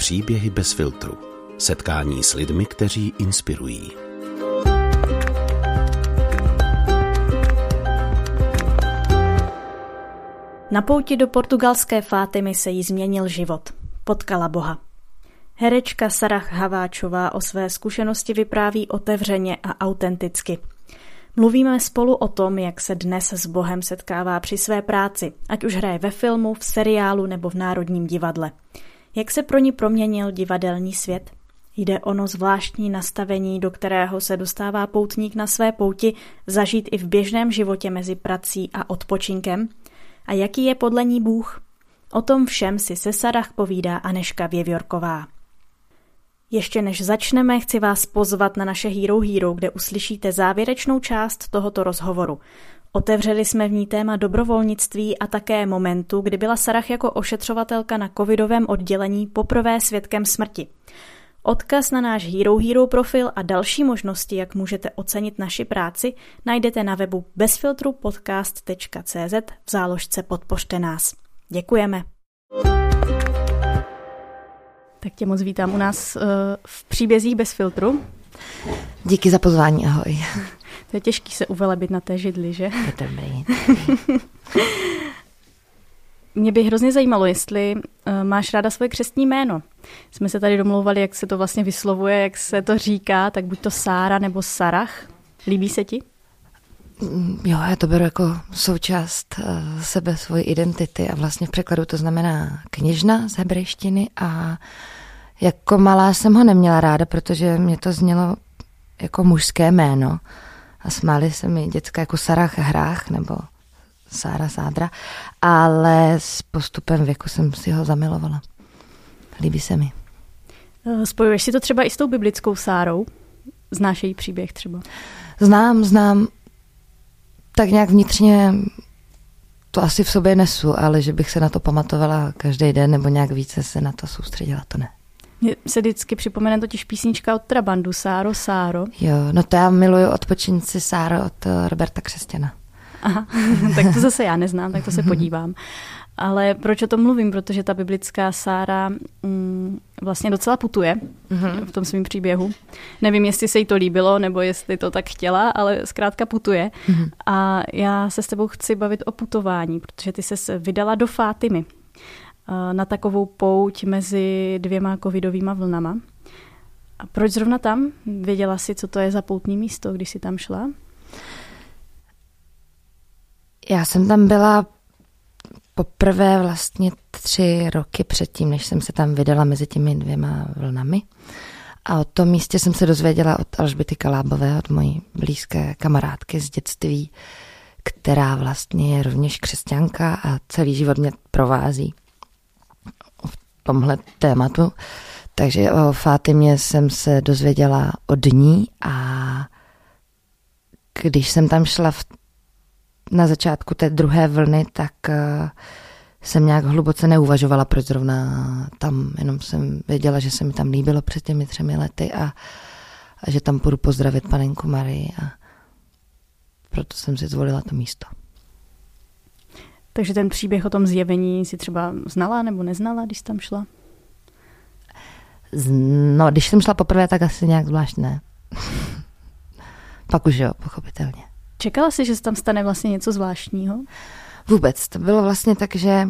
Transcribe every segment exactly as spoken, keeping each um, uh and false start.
Příběhy bez filtru. Setkání s lidmi, kteří inspirují. Na pouti do portugalské Fátimy se jí změnil život. Potkala Boha. Herečka Sarah Haváčová o své zkušenosti vypráví otevřeně a autenticky. Mluvíme spolu o tom, jak se dnes s Bohem setkává při své práci, ať už hraje ve filmu, v seriálu nebo v Národním divadle. Jak se pro ní proměnil divadelní svět? Jde ono zvláštní nastavení, do kterého se dostává poutník na své pouti, zažít i v běžném životě mezi prací a odpočinkem? A jaký je podle ní Bůh? O tom všem si se Sarah povídá Anežka Věvjorková. Ještě než začneme, chci vás pozvat na naše Hero Hero, kde uslyšíte závěrečnou část tohoto rozhovoru. Otevřeli jsme v ní téma dobrovolnictví a také momentu, kdy byla Sarah jako ošetřovatelka na covidovém oddělení poprvé svědkem smrti. Odkaz na náš Hero Hero profil a další možnosti, jak můžete ocenit naši práci, najdete na webu bezfiltrupodcast tečka cé zet v záložce Podpořte nás. Děkujeme. Tak tě moc vítám u nás uh, v příbězích bez filtru. Díky za pozvání, ahoj. To je těžký se uvelebit na té židli, že? Je to dobrý. Mě by hrozně zajímalo, jestli uh, máš ráda svoje křestní jméno. Jsme se tady domlouvali, jak se to vlastně vyslovuje, jak se to říká, tak buď to Sára nebo Sarah. Líbí se ti? Jo, já to beru jako součást uh, sebe, svojí identity a vlastně v překladu to znamená kněžna z hebrejštiny a jako malá jsem ho neměla ráda, protože mě to znělo jako mužské jméno a smáli se mi děcka jako Sarah Hrách nebo Sára Sádra, ale s postupem věku jsem si ho zamilovala. Líbí se mi. Spojuješ si to třeba i s tou biblickou Sárou? Znáš její příběh třeba? Znám, znám. Tak nějak vnitřně to asi v sobě nesu, ale že bych se na to pamatovala každý den nebo nějak více se na to soustředila, to ne. Mně se vždycky připomene totiž písnička od Trabandu, Sáro, Sáro. Jo, no to já miluju Odpočinci Sáro od Roberta Křesťana. Aha, tak to zase já neznám, tak to se podívám. Ale proč o tom mluvím? Protože ta biblická Sára mm, vlastně docela putuje mm-hmm. v tom svém příběhu. Nevím, jestli se jí to líbilo, nebo jestli to tak chtěla, ale zkrátka putuje. Mm-hmm. A já se s tebou chci bavit o putování, protože ty ses vydala do Fátimy na takovou pouť mezi dvěma covidovýma vlnama. A proč zrovna tam? Věděla jsi, co to je za poutní místo, když jsi tam šla? Já jsem tam byla poprvé vlastně tři roky předtím, než jsem se tam vydala mezi těmi dvěma vlnami. A o tom místě jsem se dozvěděla od Alžběty Kalábové, od mojí blízké kamarádky z dětství, která vlastně je rovněž křesťanka a celý život mě provází v tomhle tématu. Takže o Fátymě jsem se dozvěděla od ní a když jsem tam šla v na začátku té druhé vlny, tak uh, jsem nějak hluboce neuvažovala, proč zrovna tam, jenom jsem věděla, že se mi tam líbilo před těmi třemi lety a, a že tam půjdu pozdravit panenku Marii a proto jsem si zvolila to místo. Takže ten příběh o tom zjevení si třeba znala nebo neznala, když jsi tam šla? No, když jsem šla poprvé, tak asi nějak zvlášť ne. Pak už jo, pochopitelně. Čekala jsi, že se tam stane vlastně něco zvláštního? Vůbec. To bylo vlastně tak, že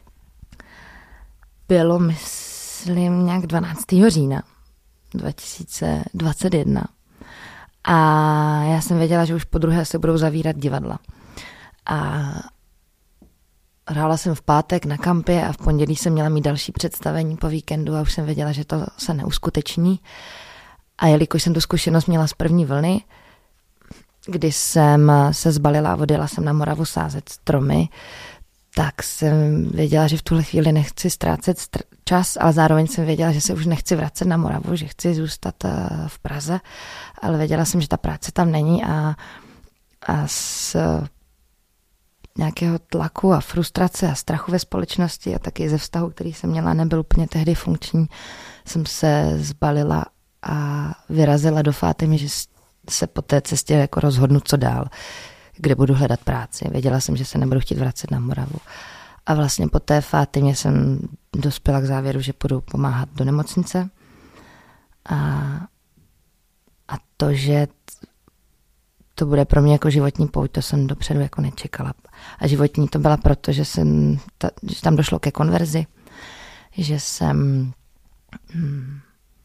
bylo, myslím, nějak dvanáctého října dva tisíce dvacet jedna. A já jsem věděla, že už po druhé se budou zavírat divadla. A hrála jsem v pátek na kampě a v pondělí jsem měla mít další představení po víkendu a už jsem věděla, že to se neuskuteční. A jelikož jsem tu zkušenost měla z první vlny, kdy jsem se zbalila a odjela jsem na Moravu sázet stromy, tak jsem věděla, že v tuhle chvíli nechci ztrácet str- čas, ale zároveň jsem věděla, že se už nechci vracet na Moravu, že chci zůstat v Praze, ale věděla jsem, že ta práce tam není a, a z nějakého tlaku a frustrace a strachu ve společnosti a taky ze vztahu, který jsem měla, nebyl úplně tehdy funkční, jsem se zbalila a vyrazila do Fátimy, že se po té cestě jako rozhodnu, co dál, kde budu hledat práci. Věděla jsem, že se nebudu chtít vracet na Moravu. A vlastně po té Fátymě jsem dospěla k závěru, že půjdu pomáhat do nemocnice. A, a to, že to bude pro mě jako životní pouť, to jsem dopředu jako nečekala. A životní to byla proto, že, jsem, ta, že tam došlo ke konverzi, že jsem hm,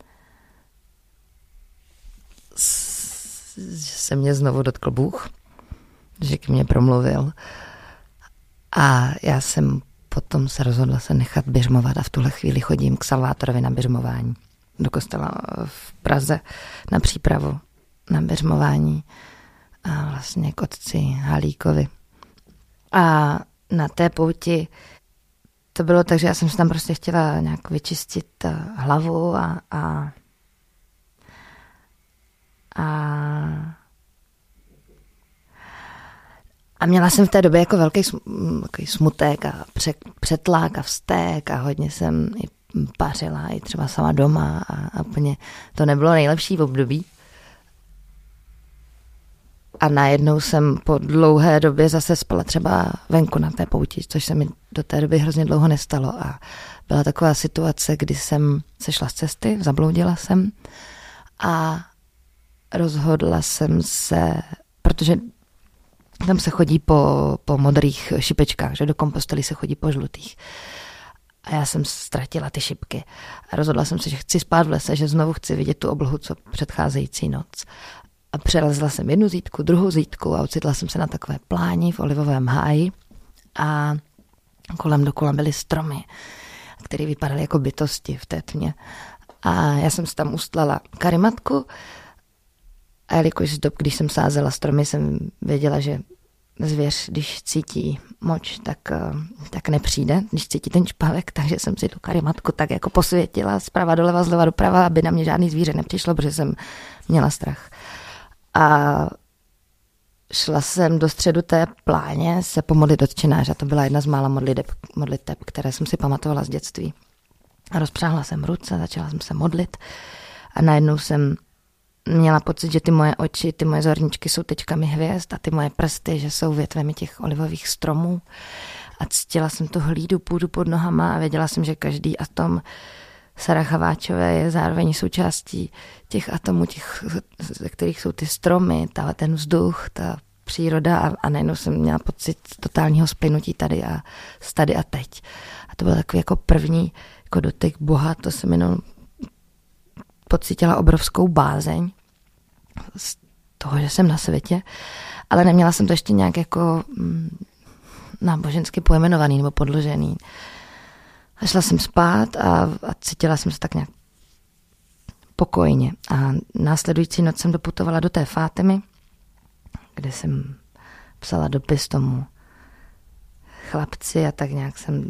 že se mě znovu dotkl Bůh, že k mně promluvil. A já jsem potom se rozhodla se nechat biřmovat a v tuhle chvíli chodím k Salvátorovi na biřmování. Do kostela v Praze na přípravu na biřmování a vlastně k otci Halíkovi. A na té pouti to bylo tak, že já jsem si tam prostě chtěla nějak vyčistit hlavu a a, a A měla jsem v té době jako velký smutek a přetlak a vztek a hodně jsem i pařila, i třeba sama doma a, a úplně to nebylo nejlepší v období. A najednou jsem po dlouhé době zase spala třeba venku na té pouti, což se mi do té doby hrozně dlouho nestalo. A byla taková situace, kdy jsem sešla z cesty, zabloudila jsem a rozhodla jsem se, protože tam se chodí po, po modrých šipečkách, že do kompostelí se chodí po žlutých. A já jsem ztratila ty šipky. A rozhodla jsem se, že chci spát v lese, že znovu chci vidět tu oblohu, co předcházející noc. A přelezla jsem jednu zítku, druhou zítku a ocitla jsem se na takové pláni v olivovém háji. A kolem dokola byly stromy, které vypadaly jako bytosti v té tmě. A já jsem si tam ustlala karimatku. A jelikož když jsem sázela stromy, jsem věděla, že zvěř, když cítí moč, tak, tak nepřijde, když cítí ten čpavek, takže jsem si tu karimatku tak jako posvětila zprava doleva, zleva doprava, aby na mě žádný zvíře nepřišlo, protože jsem měla strach. A šla jsem do středu té pláně se pomodlit Otčenáře. To byla jedna z mála modliteb, modliteb, které jsem si pamatovala z dětství. A rozpřáhla jsem ruce, začala jsem se modlit a najednou jsem měla pocit, že ty moje oči, ty moje zorničky jsou tečkami hvězd a ty moje prsty, že jsou větvemi těch olivových stromů. A cítila jsem tu hlídu půdu pod nohama a věděla jsem, že každý atom Sarah Haváčové je zároveň součástí těch atomů, těch, ze kterých jsou ty stromy, ta, ten vzduch, ta příroda a, a najednou jsem měla pocit totálního splynutí tady a tady a teď. A to byl takový jako první jako dotyk Boha, to jsem jenom pocítila obrovskou bázeň z toho, že jsem na světě, ale neměla jsem to ještě nějak jako mm, nábožensky pojmenovaný nebo podložený. A šla jsem spát a, a cítila jsem se tak nějak pokojně. A následující noc jsem doputovala do té Fátimy, kde jsem psala dopis tomu chlapci a tak nějak jsem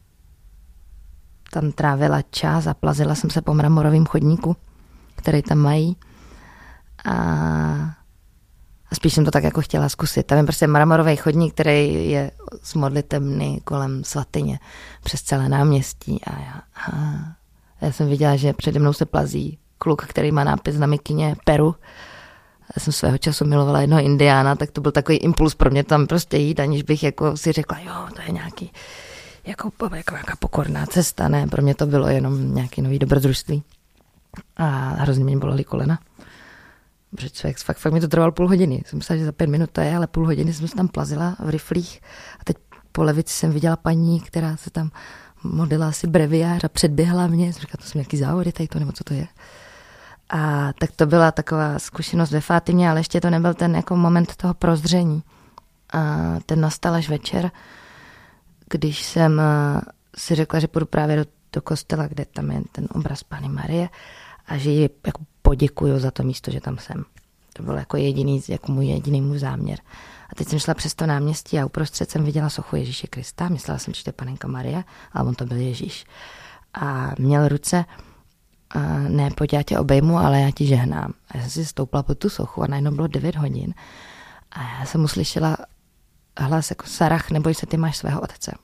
tam trávila čas a plazila jsem se po mramorovém chodníku, který tam mají. A, a spíš jsem to tak jako chtěla zkusit. Tam je prostě mramorový chodník, který je z modlitebny kolem svatyně přes celé náměstí. A já, a já jsem viděla, že přede mnou se plazí kluk, který má nápis na mikině Peru. Já jsem svého času milovala jednoho indiána, tak to byl takový impuls pro mě tam prostě jít, aniž bych jako si řekla, jo, to je nějaký Jako, jako nějaká pokorná cesta, ne, pro mě to bylo jenom nějaký nový dobrodružství. A hrozně mě bolely kolena. Protože člověk, fakt, fakt mi to trvalo půl hodiny. Jsem myslela, že za pět minut to je, ale půl hodiny jsem se tam plazila v riflích. A teď po levici jsem viděla paní, která se tam modlila asi breviář a předběhla mě. Jsem říkala, to jsou nějaký závody tady to, nebo co to je. A tak to byla taková zkušenost ve Fátimě, ale ještě to nebyl ten jako moment toho prozření. A ten nastal až večer, když jsem si řekla, že půjdu právě do, do kostela, kde tam je ten obraz Panny Marie a že ji jako poděkuju za to místo, že tam jsem. To byl jako jediný, jako můj jediný můj záměr. A teď jsem šla přes to náměstí a uprostřed jsem viděla sochu Ježíše Krista. Myslela jsem, že to je Panenka Marie, ale on to byl Ježíš. A měl ruce, a ne, pojď, já tě obejmu, ale já ti žehnám. A já jsem si stoupla pod tu sochu a najednou bylo devět hodin. A já jsem uslyšela hlas jako Sarah, neboj se, ty máš svého otce.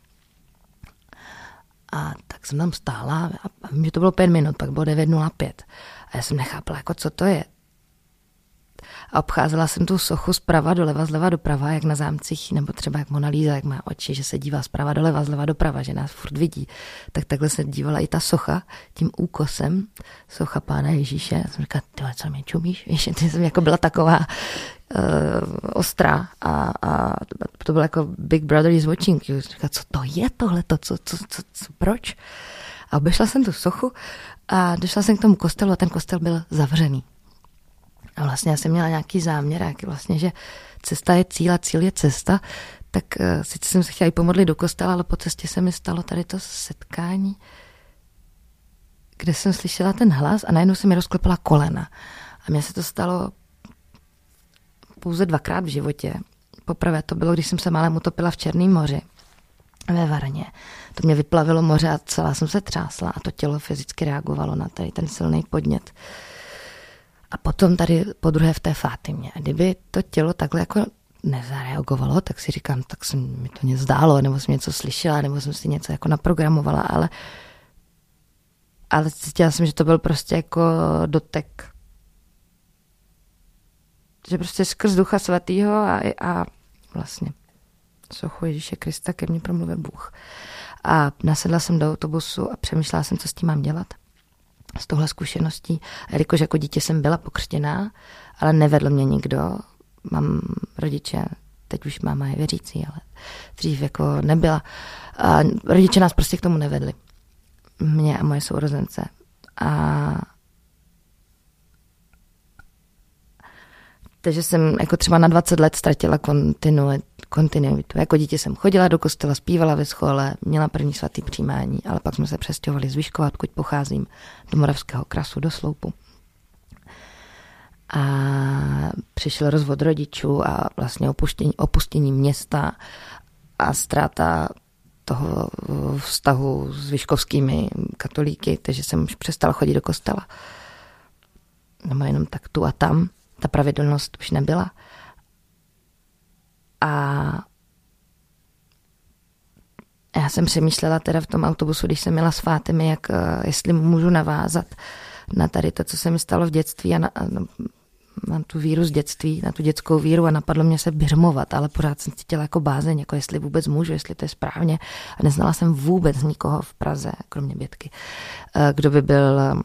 A tak jsem tam stála a vím, že to bylo pět minut, pak bylo devět nula pět. A já jsem nechápala, jako co to je. a obcházela jsem tu sochu zprava doleva, zleva doprava, jak na zámcích, nebo třeba jak Mona Lisa, jak má oči, že se dívá zprava doleva, zleva doprava, že nás furt vidí. Tak takhle se dívala i ta socha tím úkosem, socha Pána Ježíše. Já jsem říkala, tyhle, co mě čumíš? Víš, ty jsem jako byla taková uh, ostrá a, a to bylo jako Big Brother is watching. Říkala, co to je tohleto, co, co, co, co, proč? A obešla jsem tu sochu a došla jsem k tomu kostelu a ten kostel byl zavřený. A vlastně já jsem měla nějaký záměr, jak vlastně, že cesta je cíl a cíl je cesta, tak uh, sice jsem se chtěla i pomodlit do kostela, ale po cestě se mi stalo tady to setkání, kde jsem slyšela ten hlas a najednou se mi rozklepala kolena. A mně se to stalo pouze dvakrát v životě. Poprvé to bylo, když jsem se málem utopila v Černém moři ve Varně. To mě vyplavilo moře a celá jsem se třásla a to tělo fyzicky reagovalo na tady ten silný podnět. A potom tady po druhé v té Fátimě. A kdyby to tělo takhle jako nezareagovalo, tak si říkám, tak se mi to něco zdálo, nebo jsem něco slyšela, nebo jsem si něco jako naprogramovala, ale, ale cítila jsem, že to byl prostě jako dotek. Že prostě skrz Ducha Svatýho a, a vlastně sochu Ježíše Krista ke mně promluvil Bůh. A nasedla jsem do autobusu a přemýšlela jsem, co s tím mám dělat. S touhle zkušeností. A jelikož jako dítě jsem byla pokřtěná, ale nevedl mě nikdo. Mám rodiče, teď už máma je věřící, ale dřív jako nebyla. A rodiče nás prostě k tomu nevedli. Mě a moje sourozence. A takže jsem jako třeba na dvacet let ztratila kontinu, kontinuitu. Jako dítě jsem chodila do kostela, zpívala ve škole, měla první svatý přijímání, ale pak jsme se přestěhovali z Vyškova, odkud pocházím, do Moravského Krasu, do Sloupu. A přišel rozvod rodičů a vlastně opuštění, opustění města a ztráta toho vztahu s vyškovskými katolíky, takže jsem už přestala chodit do kostela. Nebo jenom tak tu a tam. Ta pravidelnost už nebyla. A já jsem si myslela teda v tom autobusu, když jsem jela s Fátimi, jak jestli můžu navázat na tady to, co se mi stalo v dětství a na, na, na tu víru z dětství, na tu dětskou víru a napadlo mě se birmovat, ale pořád jsem cítila jako bázeň, jako jestli vůbec můžu, jestli to je správně. A neznala jsem vůbec nikoho v Praze, kromě Bětky, kdo by byl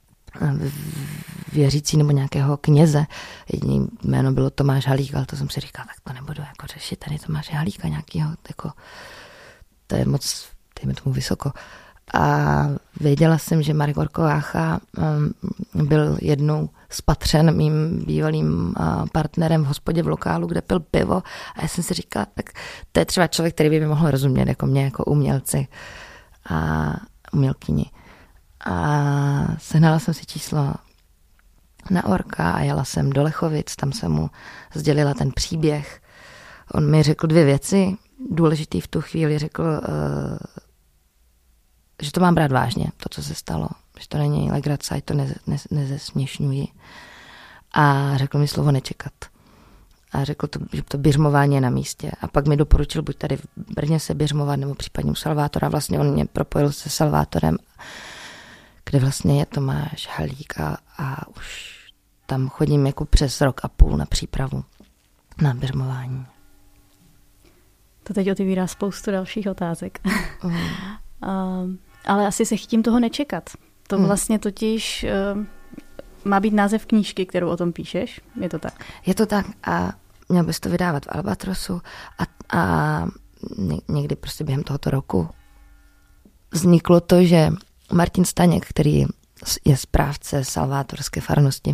věřící nebo nějakého kněze. Jediný jméno bylo Tomáš Halík, ale to jsem si říkala, tak to nebudu jako řešit tady Tomáše Halíka nějakého, jako, to je moc, dejme tomu vysoko. A věděla jsem, že Marek Orkovácha um, byl jednou spatřen mým bývalým uh, partnerem v hospodě v lokálu, kde pil pivo a já jsem si říkala, tak to je třeba člověk, který by mi mohl rozumět, jako mě, jako umělci a umělkyni. A sehnala jsem si číslo na Orka a jela jsem do Lechovic, tam jsem mu sdělila ten příběh. On mi řekl dvě věci, důležitý v tu chvíli, řekl, uh, že to mám brát vážně, to, co se stalo, že to není legrace, ať to ne, ne, nezesměšňuji. A řekl mi slovo nečekat. A řekl, to, že to běžmování je na místě. A pak mi doporučil buď tady v Brně se běžmovat, nebo případně u Salvátora. Vlastně on mě propojil se Salvátorem, kde vlastně je Tomáš Halík a, a už tam chodím jako přes rok a půl na přípravu na běžmování. To teď otevírá spoustu dalších otázek. Mm. uh, ale asi se chytím toho nečekat. To vlastně totiž uh, má být název knížky, kterou o tom píšeš. Je to tak? Je to tak a měl bys to vydávat v Albatrosu a, a někdy prostě během tohoto roku vzniklo to, že Martin Staněk, který je správce salvátorské farnosti,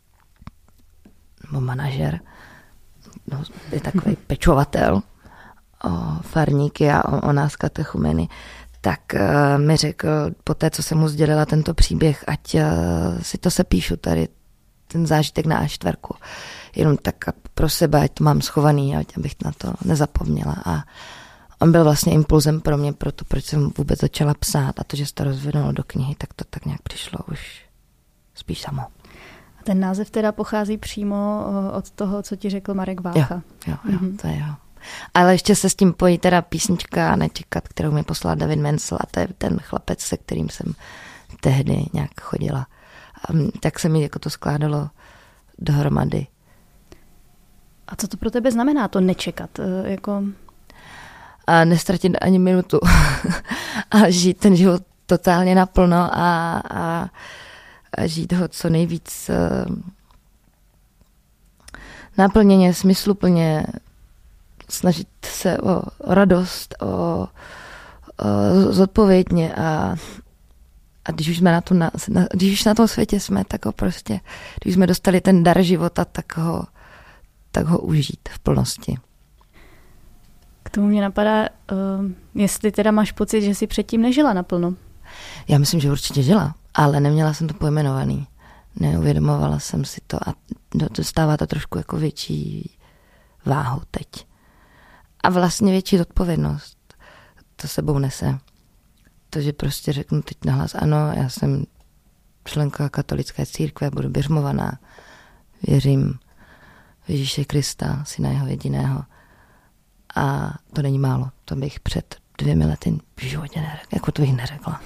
nebo manažer, no, je takový pečovatel o farníky a o, o nás katechumeny, tak uh, mi řekl, po té, co jsem mu sdělila tento příběh, ať uh, si to sepíšu tady, ten zážitek na á čtyři. Jenom tak pro sebe, ať to mám schovaný, ať abych na to nezapomněla. A on byl vlastně impulzem pro mě, pro to, proč jsem vůbec začala psát. A to, že se to rozvinulo do knihy, tak to tak nějak přišlo už spíš samo. A ten název teda pochází přímo od toho, co ti řekl Marek Vácha. Jo, jo, jo mm-hmm. to je jo. Ale ještě se s tím pojí teda písnička Nečekat, kterou mi poslal David Mencel a to je ten chlapec, se kterým jsem tehdy nějak chodila. A tak se mi jako to skládalo dohromady. A co to pro tebe znamená, to nečekat? Jako... A nestratit ani minutu. A žít ten život totálně naplno a, a, a žít ho co nejvíc uh, naplněně, smysluplně, snažit se o, o radost, o, o zodpovědně a, a když už jsme na, tom, na, když už na tom světě jsme, tak ho prostě, když jsme dostali ten dar života, tak ho, tak ho užít v plnosti. K tomu mě napadá, uh, jestli teda máš pocit, že jsi předtím nežila naplno. Já myslím, že určitě žila, ale neměla jsem to pojmenovaný. Neuvědomovala jsem si to a dostává to trošku jako větší váhu teď. A vlastně větší zodpovědnost to sebou nese. To, že prostě řeknu teď nahlas, ano, já jsem členka katolické církve, budu běžmovaná, věřím v Ježíše Krista, syna jeho jediného. A to není málo, to bych před dvěmi lety v životě neřekla, jako to bych neřekla.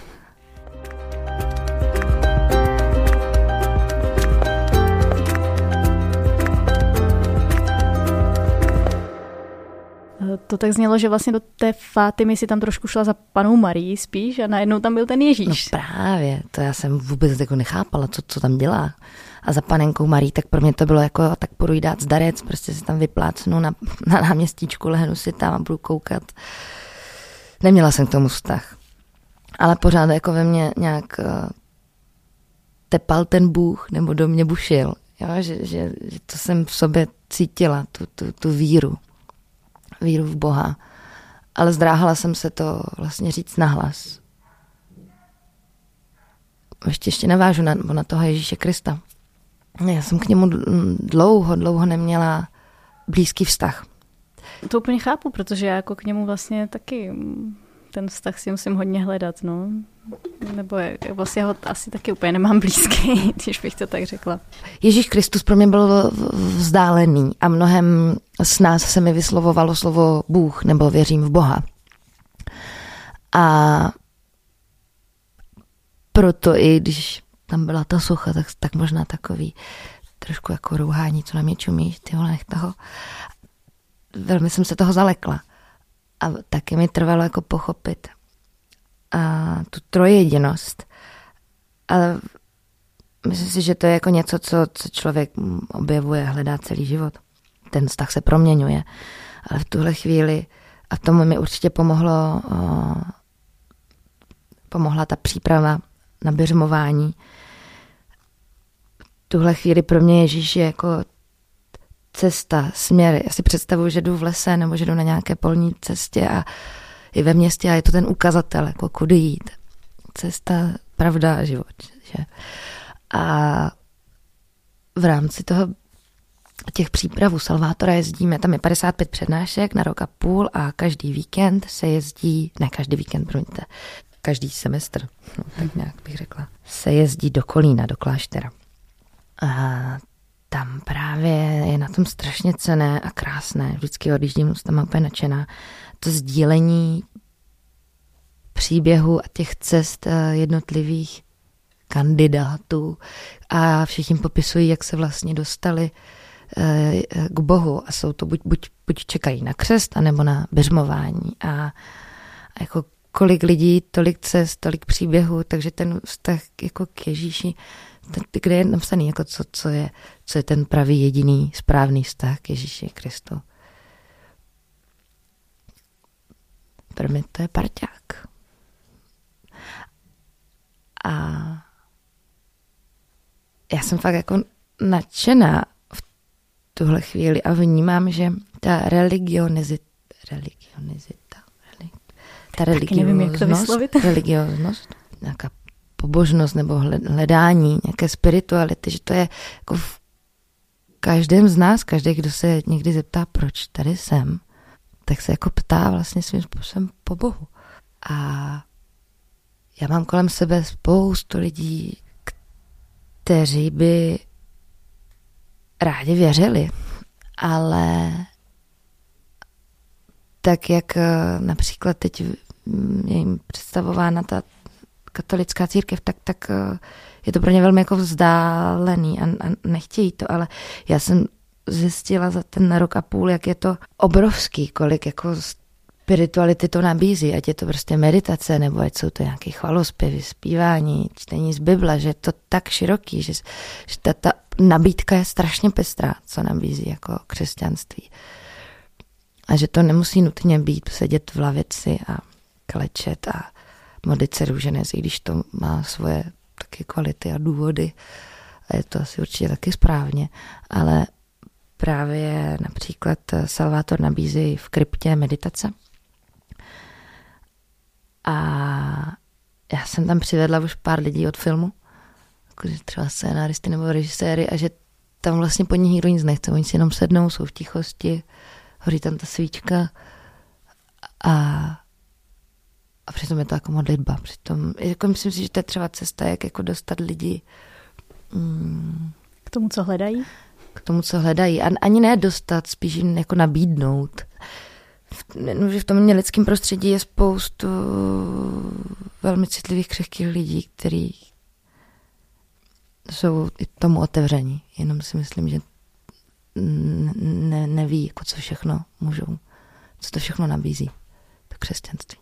To tak znělo, že vlastně do té Fátimy si tam trošku šla za panou Marií spíš a najednou tam byl ten Ježíš. No právě, to já jsem vůbec jako nechápala, co, co tam dělá. A za panenkou Marií, tak pro mě to bylo jako, tak půjdu jí dát zdarec, prostě si tam vyplácnu na, na náměstíčku, lehnu si tam a budu koukat. Neměla jsem k tomu vztah. Ale pořád jako ve mně nějak uh, tepal ten Bůh, nebo do mě bušil. Jo? Že, že, že to jsem v sobě cítila, tu, tu, tu víru. Víru v Boha. Ale zdráhala jsem se to vlastně říct nahlas. Ještě ještě navážu na, na toho Ježíše Krista. Já jsem k němu dlouho, dlouho neměla blízký vztah. To úplně chápu, protože já jako k němu vlastně taky ten vztah si musím hodně hledat, no. Nebo je, vlastně ho asi taky úplně nemám blízký, když bych to tak řekla. Ježíš Kristus pro mě byl vzdálený a mnohem z nás se mi vyslovovalo slovo Bůh nebo věřím v Boha. A proto i když tam byla ta sucha, tak, tak možná takový trošku jako rouhání, co na mě čumíš, ty vole, nech toho. Velmi jsem se toho zalekla. A taky mi trvalo jako pochopit a tu trojjedinost. Ale myslím si, že to je jako něco, co, co člověk objevuje, hledá celý život. Ten vztah se proměňuje. Ale v tuhle chvíli, a tomu mi určitě pomohlo, o, pomohla ta příprava na běžmování. V tuhle chvíli pro mě Ježíš je jako cesta, směr. Já si představuji, že jdu v lese nebo že jdu na nějaké polní cestě a i ve městě a je to ten ukazatel, jako kudy jít. Cesta, pravda a život. Že? A v rámci toho těch přípravů Salvátora jezdíme, tam je padesát pět přednášek na rok a půl a každý víkend se jezdí, ne každý víkend, promiňte, každý semestr, no, tak nějak bych řekla, se jezdí do Kolína, do kláštera. A tam právě je na tom strašně cenné a krásné. Vždycky odjíždím, jsem tam úplně nadšená. To sdílení příběhu a těch cest jednotlivých kandidátů a všichni popisují, jak se vlastně dostali k Bohu a jsou to buď, buď, buď čekají na křest, anebo na běžmování a, a jako kolik lidí, tolik cest, tolik příběhů, takže ten vztah jako k Ježíši, kde je napsaný, jako co, co, je, co je ten pravý jediný správný vztah k Ježíši Kristu. Pro mě to je parťák. A já jsem fakt jako nadšená v tuhle chvíli a vnímám, že ta religionizita, religionizita, ta religioznost, religioznost, nějaká pobožnost nebo hledání nějaké spirituality, že to je jako v každém z nás, každý, kdo se někdy zeptá, proč tady jsem, tak se jako ptá vlastně svým způsobem po Bohu. A já mám kolem sebe spoustu lidí, kteří by rádi věřili, ale tak, jak například teď je jim představována ta katolická církev, tak, tak je to pro ně velmi jako vzdálený a, a nechtějí to, ale já jsem zjistila za ten rok a půl, jak je to obrovský, kolik jako spirituality to nabízí, ať je to prostě meditace, nebo ať jsou to nějaké chvalospěvy, zpívání, čtení z Bible, že je to tak široký, že, že ta, ta nabídka je strašně pestrá, co nabízí jako křesťanství. A že to nemusí nutně být sedět v lavici a klečet a modlit se růženec, i když to má svoje taky kvality a důvody. A je to asi určitě taky správně. Ale právě například Salvátor nabízí v kryptě meditace. A já jsem tam přivedla už pár lidí od filmu, jako třeba scénáristy nebo režiséry, a že tam vlastně po nich nikdo nic nechce. Oni si jenom sednou, jsou v tichosti, hoří tam ta svíčka a, a přitom je to jako modlitba. Přitom, jako myslím si, že to je třeba cesta, jak jako dostat lidi mm, k tomu, co hledají? K tomu, co hledají. A ani ne dostat, spíš jim jako nabídnout. V, v tom lidském prostředí je spoustu velmi citlivých, křehkých lidí, kteří jsou i tomu otevření. Jenom si myslím, že ne, neví, jako co všechno můžou, co to všechno nabízí, to křesťanství.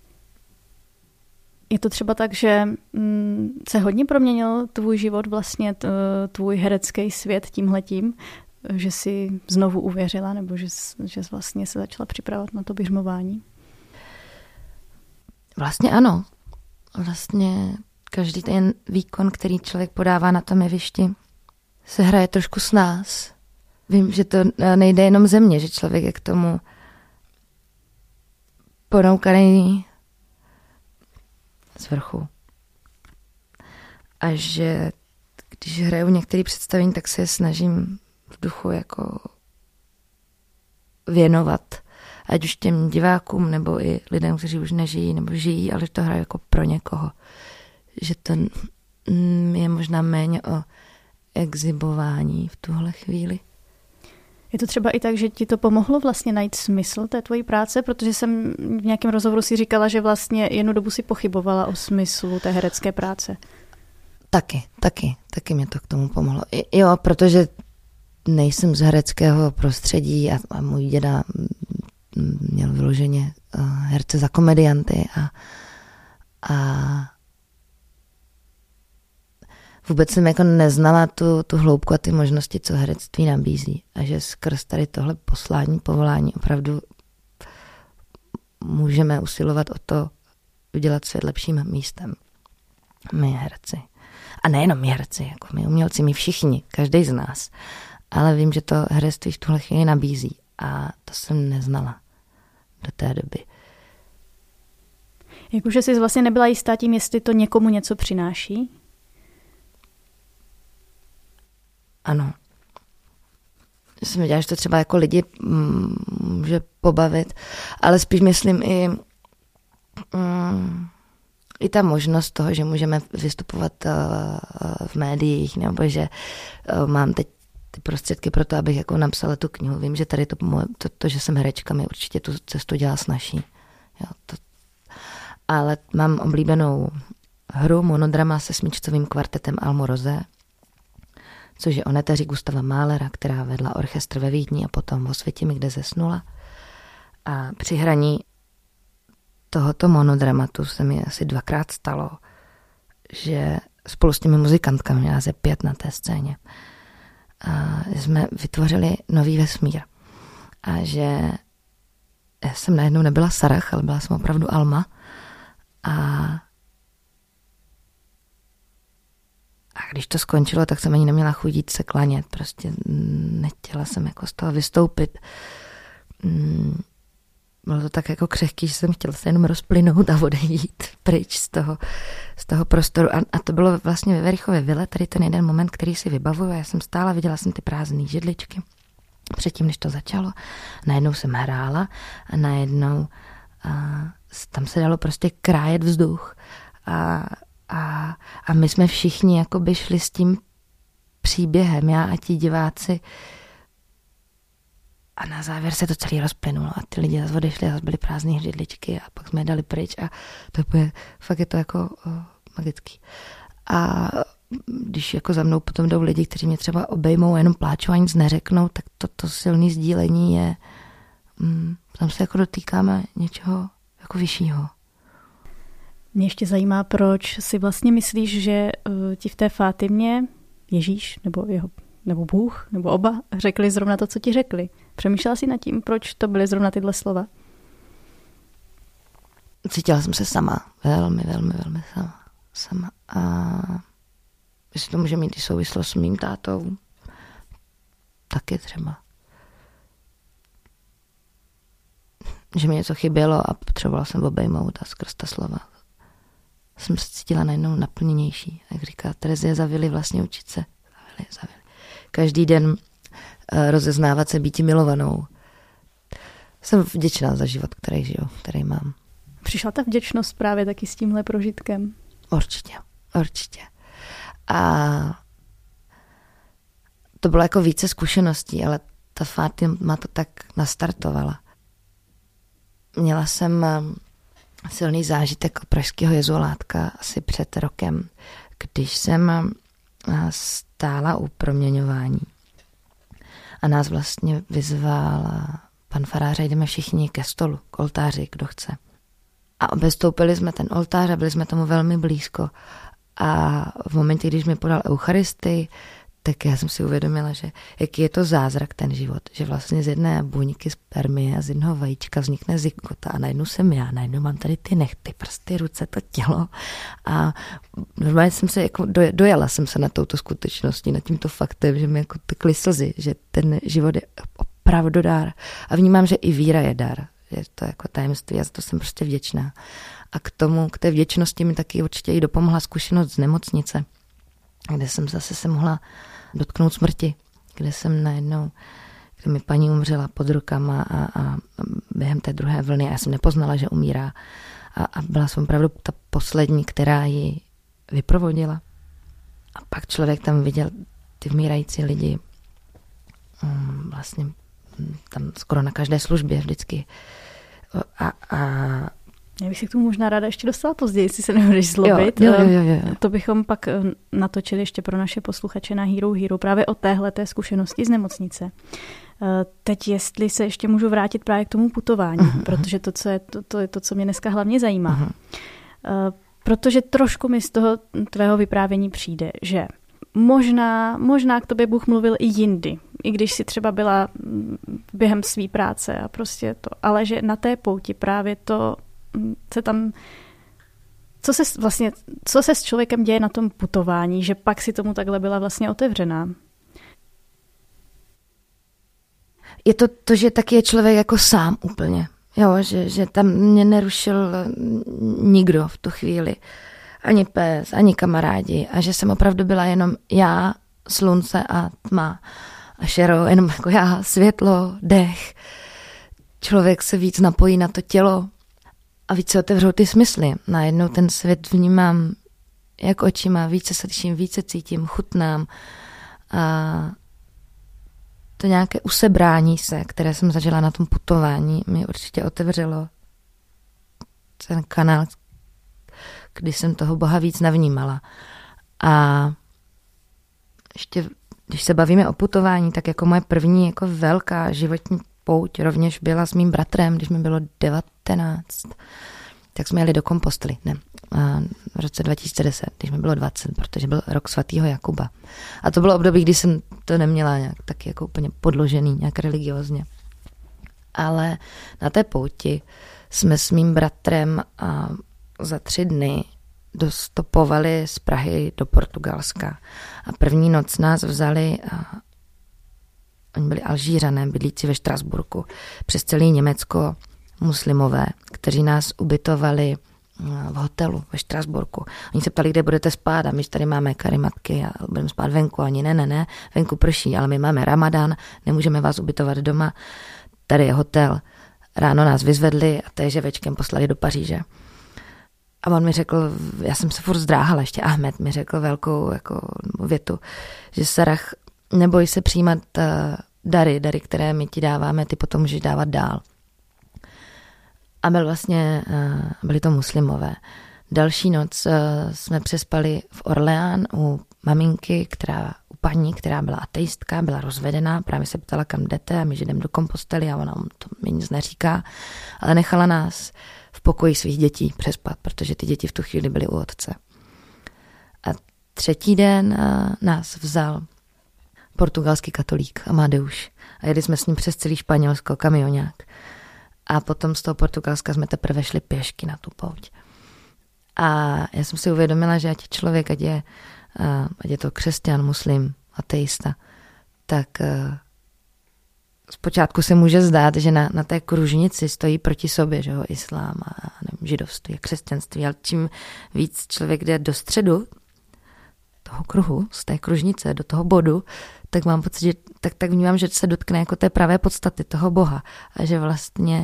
Je to třeba tak, že se hodně proměnil tvůj život, vlastně tvůj herecký svět tímhletím, že jsi znovu uvěřila, nebo že, že vlastně se začala připravovat na to běžmování? Vlastně ano. Vlastně každý ten výkon, který člověk podává na tom jevišti, se hraje trošku s nás. Vím, že to nejde jenom ze mě, že člověk je k tomu ponoukaný z vrchu. A že když hraju některé představení, tak se je snažím v duchu jako věnovat. Ať už těm divákům, nebo i lidem, kteří už nežijí, nebo žijí, ale že to hraju jako pro někoho. Že to je možná méně o exhibování v tuhle chvíli. Je to třeba i tak, že ti to pomohlo vlastně najít smysl té tvojí práce, protože jsem v nějakém rozhovoru si říkala, že vlastně jednu dobu si pochybovala o smyslu té herecké práce. Taky, taky, taky mě to k tomu pomohlo. I, jo, protože nejsem z hereckého prostředí a, a můj děda měl vyloženě herce za komedianty a, a vůbec jsem jako neznala tu, tu hloubku a ty možnosti, co herectví nabízí. A že skrz tady tohle poslání, povolání opravdu můžeme usilovat o to udělat svět lepším místem. My herci. A nejenom my herci, jako my umělci, my všichni, každý z nás. Ale vím, že to herectví v tuhle chvíli nabízí. A to jsem neznala do té doby. Jakože jsi vlastně nebyla jistá tím, jestli to někomu něco přináší? Ano. Jsem věděla, že to třeba jako lidi může pobavit, ale spíš myslím i, um, i ta možnost toho, že můžeme vystupovat uh, v médiích, nebo že uh, mám teď ty prostředky pro to, abych jako napsala tu knihu. Vím, že tady to, to, to že jsem herečka, mi určitě tu cestu dělá snažší. Jo, to, ale mám oblíbenou hru monodrama se smyčcovým kvartetem Almu Rosé, což je o neteři Gustava Mahlera, která vedla orchestr ve Vídni a potom v Osvětimi, kde zesnula. A při hraní tohoto monodramatu se mi asi dvakrát stalo, že spolu s těmi muzikantkami, měla ze pět na té scéně, a jsme vytvořili nový vesmír. A že já jsem najednou nebyla Sarah, ale byla jsem opravdu Alma. A A když to skončilo, tak jsem ani neměla chuť jít se klanět. Prostě nechtěla jsem jako z toho vystoupit. Bylo to tak jako křehký, že jsem chtěla se jenom rozplynout a odejít pryč z toho, z toho prostoru. A, a to bylo vlastně ve Verichově vile, tady ten jeden moment, který si vybavuju. Já jsem stála, viděla jsem ty prázdné židličky předtím, než to začalo. Najednou jsem hrála a najednou a, tam se dalo prostě krájet vzduch. A A, a my jsme všichni jakoby šli s tím příběhem, já a ti diváci. A na závěr se to celý rozplynulo a ty lidi zase odešli a zase byly prázdné židličky a pak jsme je dali pryč a to je, fakt je to jako o, magický. A když jako za mnou potom jdou lidi, kteří mě třeba obejmou a jenom pláčou a nic neřeknou, tak to, to silné sdílení je, mm, tam se jako dotýkáme něčeho jako vyššího. Mě ještě zajímá, proč si vlastně myslíš, že uh, ti v té Fátimě Ježíš nebo jeho, nebo Bůh, nebo oba řekli zrovna to, co ti řekli. Přemýšlela jsi nad tím, proč to byly zrovna tyhle slova? Cítila jsem se sama. Velmi, velmi, velmi sama. sama. A jestli to může mít i souvislost s mým tátou, taky třeba. Že mi něco chybělo a potřebovala jsem obejmout a skrz ta slova jsem se cítila najednou naplněnější. Jak říká Terezie, zavili vlastně učit se. Zavili, zavili. Každý den uh, rozeznávat se býti milovanou. Jsem vděčná za život, který žiju, který mám. Přišla ta vděčnost právě taky s tímhle prožitkem? Určitě, určitě. A to bylo jako více zkušeností, ale ta Fátima to tak nastartovala. Měla jsem silný zážitek pražského jezulátka asi před rokem, když jsem stála u proměňování a nás vlastně vyzval pan farář, jdeme všichni ke stolu, k oltáři, kdo chce. A obstoupili jsme ten oltář a byli jsme tomu velmi blízko. A v momentě, když mi podal eucharistii, tak já jsem si uvědomila, že jaký je to zázrak ten život, že vlastně z jedné buňky spermie a z jednoho vajíčka vznikne zykota a najednou jsem já, najednou mám tady ty nechty, prsty, ruce, to tělo a normálně jsem se jako dojala jsem se na touto skutečností, nad tímto faktem, že mi jako tykly slzy, že ten život je opravdu dar a vnímám, že i víra je dar, že to je jako tajemství a za to jsem prostě vděčná. A k tomu, k té vděčnosti mi taky určitě i dopomohla zkušenost z nemocnice, kde jsem zase se mohla dotknout smrti, kde jsem najednou, kde mi paní umřela pod rukama a, a během té druhé vlny a já jsem nepoznala, že umírá a, a byla jsem opravdu ta poslední, která ji vyprovodila. A pak člověk tam viděl ty umírající lidi um, vlastně tam skoro na každé službě vždycky. A, a já bych se k tomu možná ráda ještě dostala později, jestli se nebudeš zlobit. Jo, jo, jo, jo. To bychom pak natočili ještě pro naše posluchače na Hero Hero právě o téhleté zkušenosti z nemocnice. Teď jestli se ještě můžu vrátit právě k tomu putování, uh-huh. protože to, co je, to, to je to, co mě dneska hlavně zajímá. Uh-huh. Protože trošku mi z toho tvého vyprávění přijde, že možná, možná k tobě Bůh mluvil i jindy, i když si třeba byla během své práce a prostě to, ale že na té pouti právě to se tam, co se vlastně, co se s člověkem děje na tom putování, že pak si tomu takhle byla vlastně otevřená. Je to to, že taky je člověk jako sám úplně, jo, že, že tam mě nerušil nikdo v tu chvíli, ani pes, ani kamarádi a že jsem opravdu byla jenom já, slunce a tma a šero, jenom jako já, světlo, dech. Člověk se víc napojí na to tělo a víc se otevřou ty smysly. Najednou ten svět vnímám jak očima, více slyším, více cítím, chutnám. A to nějaké usebrání se, které jsem zažila na tom putování, mi určitě otevřelo ten kanál, kdy jsem toho Boha víc navnímala. A ještě, když se bavíme o putování, tak jako moje první jako velká životní pouť rovněž byla s mým bratrem, když mi bylo devatenáct. Tak jsme jeli do Kompostely, ne, v roce dva tisíce deset, když mi bylo dvacet, protože byl rok svatého Jakuba. A to bylo období, kdy jsem to neměla nějak taky jako úplně podložený, nějak religiózně. Ale na té pouti jsme s mým bratrem a za tři dny dostopovali z Prahy do Portugalska. A první noc nás vzali, a oni byli Alžířané, bydlící ve Štrasburku, přes celé Německo muslimové, kteří nás ubytovali v hotelu ve Štrasburku. Oni se ptali, kde budete spát a my tady máme karimatky a budeme spát venku. Ani ne, ne, ne, venku prší, ale my máme Ramadán, nemůžeme vás ubytovat doma, tady je hotel. Ráno nás vyzvedli a téže večkem poslali do Paříže. A on mi řekl, já jsem se furt zdráhala, ještě Ahmed mi řekl velkou jako větu, že Sarah, neboj se přijímat uh, dary, dary, které my ti dáváme, ty potom můžeš dávat dál. A byl vlastně, uh, byli to muslimové. Další noc uh, jsme přespali v Orleán u maminky, která, u paní, která byla ateistka, byla rozvedená, právě se ptala, kam jdete a my že jdem do Kompostely a ona to mi nic neříká, ale nechala nás v pokoji svých dětí přespat, protože ty děti v tu chvíli byly u otce. A třetí den nás vzal portugalský katolík Amadeuš a jeli jsme s ním přes celý Španělsko, kamionák. A potom z toho Portugalska jsme teprve šli pěšky na tu pouť. A já jsem si uvědomila, že ať člověk, ať je, ať je to křesťan, muslim, ateista, tak zpočátku se může zdát, že na, na té kružnici stojí proti sobě, že jo, islám a nevím, židovství a křesťanství, ale čím víc člověk jde do středu toho kruhu, z té kružnice do toho bodu, tak mám pocit, že tak, tak vnímám, že se dotkne jako té pravé podstaty toho Boha a že vlastně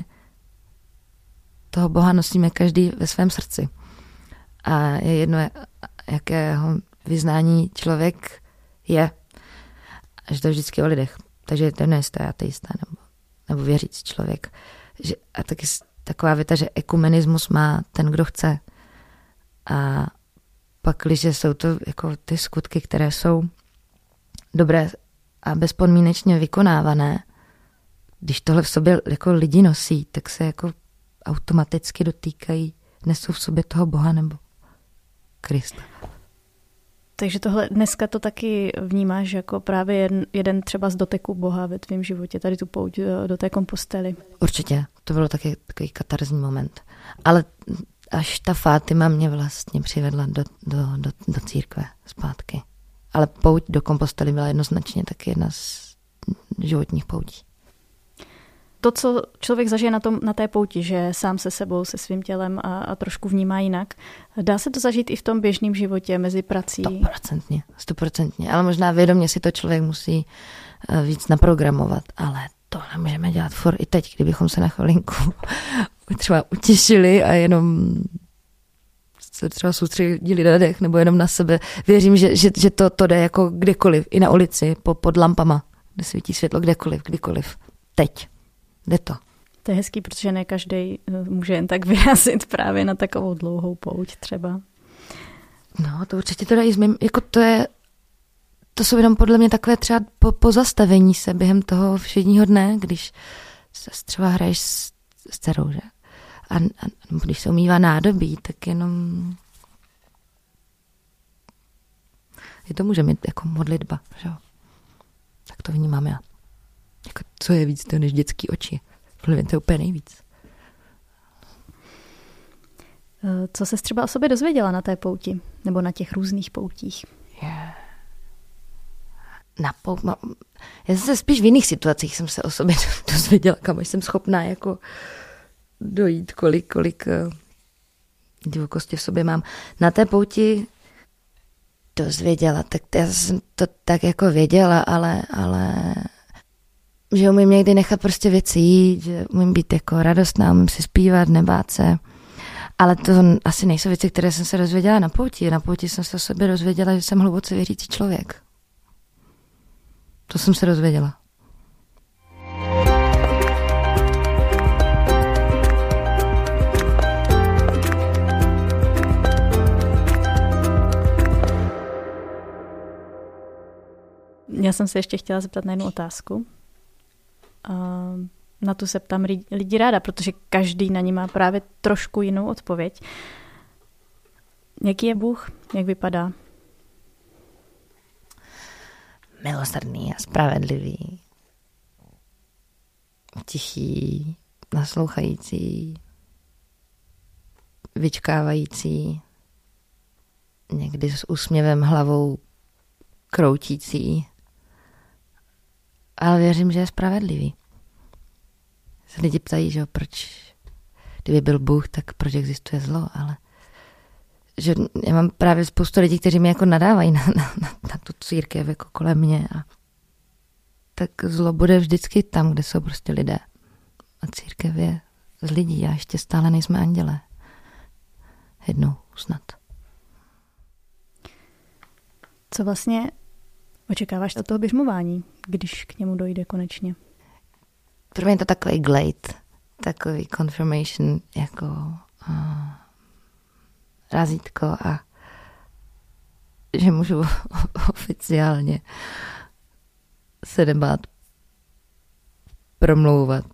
toho Boha nosíme každý ve svém srdci. A je jedno, jakého vyznání člověk je. A že to je vždycky o lidech. Takže to je ateista nebo, nebo věřící člověk. Že, a taky taková věta, že ekumenismus má ten, kdo chce. A pak, když jsou to jako ty skutky, které jsou dobré a bezpodmínečně vykonávané, když tohle v sobě jako lidi nosí, tak se jako automaticky dotýkají, nesou v sobě toho Boha nebo Krista. Takže tohle dneska to taky vnímáš jako právě jeden, jeden třeba z doteků Boha ve tvém životě, tady tu pouť do, do té Kompostely. Určitě, to bylo taky takový katarzní moment. Ale až ta Fátima mě vlastně přivedla do, do, do, do církve zpátky. Ale pouť do Kompostely byla jednoznačně taky jedna z životních poutí. To, co člověk zažije na, tom, na té pouti, že sám se sebou, se svým tělem a, a trošku vnímá jinak, dá se to zažít i v tom běžném životě mezi prací? Stoprocentně, stoprocentně. Ale možná vědomě si to člověk musí víc naprogramovat. Ale to nemůžeme dělat furt i teď, kdybychom se na chvilinku třeba utěšili a jenom se třeba soustředili na dech nebo jenom na sebe. Věřím, že, že, že to, to jde jako kdekoliv, i na ulici, po, pod lampama, kde svítí světlo, kdekoliv, kdykoliv. Teď. Jde to. To je hezký, protože ne každý může jen tak vyrazit právě na takovou dlouhou pouť třeba. No, to určitě to dají zmím, jako to je, to jsou jenom podle mě takové třeba po, pozastavení se během toho všedního dne, když se třeba hraješ s, s dcerou, že? A, a když se umývá nádobí, tak jenom je to může mít jako modlitba, že jo? Tak to vnímám já. Jako, co je víc to než dětský oči? Podle mě to je úplně nejvíc. Co ses třeba o sobě dozvěděla na té pouti? Nebo na těch různých poutích? Yeah. Na pout... Já jsem se spíš v jiných situacích jsem se o sobě dozvěděla, kam jsem schopná jako dojít, kolik, kolik divokosti v sobě mám. Na té pouti dozvěděla, tak já jsem to tak jako věděla, ale, ale že umím někdy nechat prostě věci jít, že umím být jako radostná, umím si zpívat, nebát se. Ale to asi nejsou věci, které jsem se dozvěděla na pouti. Na pouti jsem se o sobě dozvěděla, že jsem hluboce věřící člověk. To jsem se dozvěděla. Já jsem se ještě chtěla zeptat na jednu otázku. Na tu se ptám lidi ráda, protože každý na ní má právě trošku jinou odpověď. Jaký je Bůh? Jak vypadá? Milosrdný a spravedlivý. Tichý, naslouchající, vyčkávající, někdy s úsměvem hlavou kroutící. Ale věřím, že je spravedlivý. Se lidi ptají, že proč, kdyby byl Bůh, tak proč existuje zlo, ale že já mám právě spoustu lidí, kteří mi jako nadávají na, na, na tu církev jako kolem mě a tak zlo bude vždycky tam, kde jsou prostě lidé. A církev je z lidí a ještě stále nejsme andělé. Jednou snad. Co vlastně očekáváš od toho běžmování, když k němu dojde konečně? Pro mě je to takový glade, takový confirmation, jako uh, razítko a že můžu oficiálně se nebát promlouvat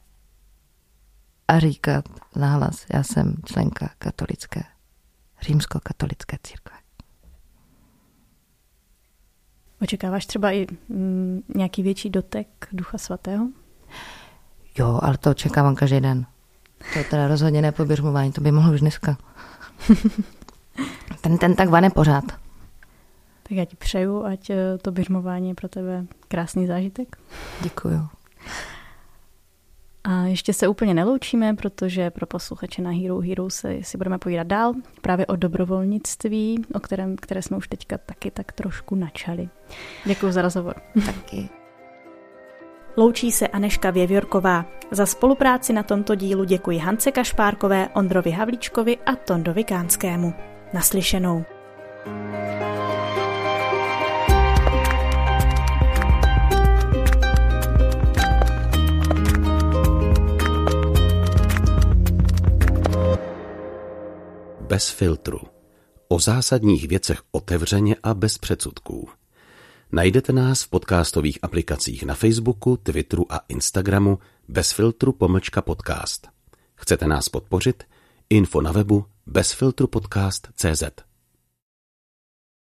a říkat nahlas, já jsem členka katolické, římskokatolické církve. Očekáváš třeba i mm, nějaký větší dotek Ducha Svatého? Jo, ale to očekávám každý den. To je teda rozhodně ne poběžmování, to by mohlo už dneska. ten, ten tak vane pořád. Tak já ti přeju, ať to běžmování je pro tebe krásný zážitek. Děkuju. A ještě se úplně neloučíme, protože pro posluchače na Hero Hero se, si budeme povídat dál právě o dobrovolnictví, o kterém, které jsme už teďka taky tak trošku načali. Děkuji za rozhovor. Taky. Loučí se Anežka Věvjorková. Za spolupráci na tomto dílu děkuji Hance Kašpárkové, Ondrovi Havlíčkovi a Tondovi Kánskému. Naslyšenou. Bez filtru. O zásadních věcech otevřeně a bez předsudků. Najdete nás v podcastových aplikacích na Facebooku, Twitteru a Instagramu bez filtru pomlčka podcast. Chcete nás podpořit? Info na webu bezfiltrupodcast tečka cé zet.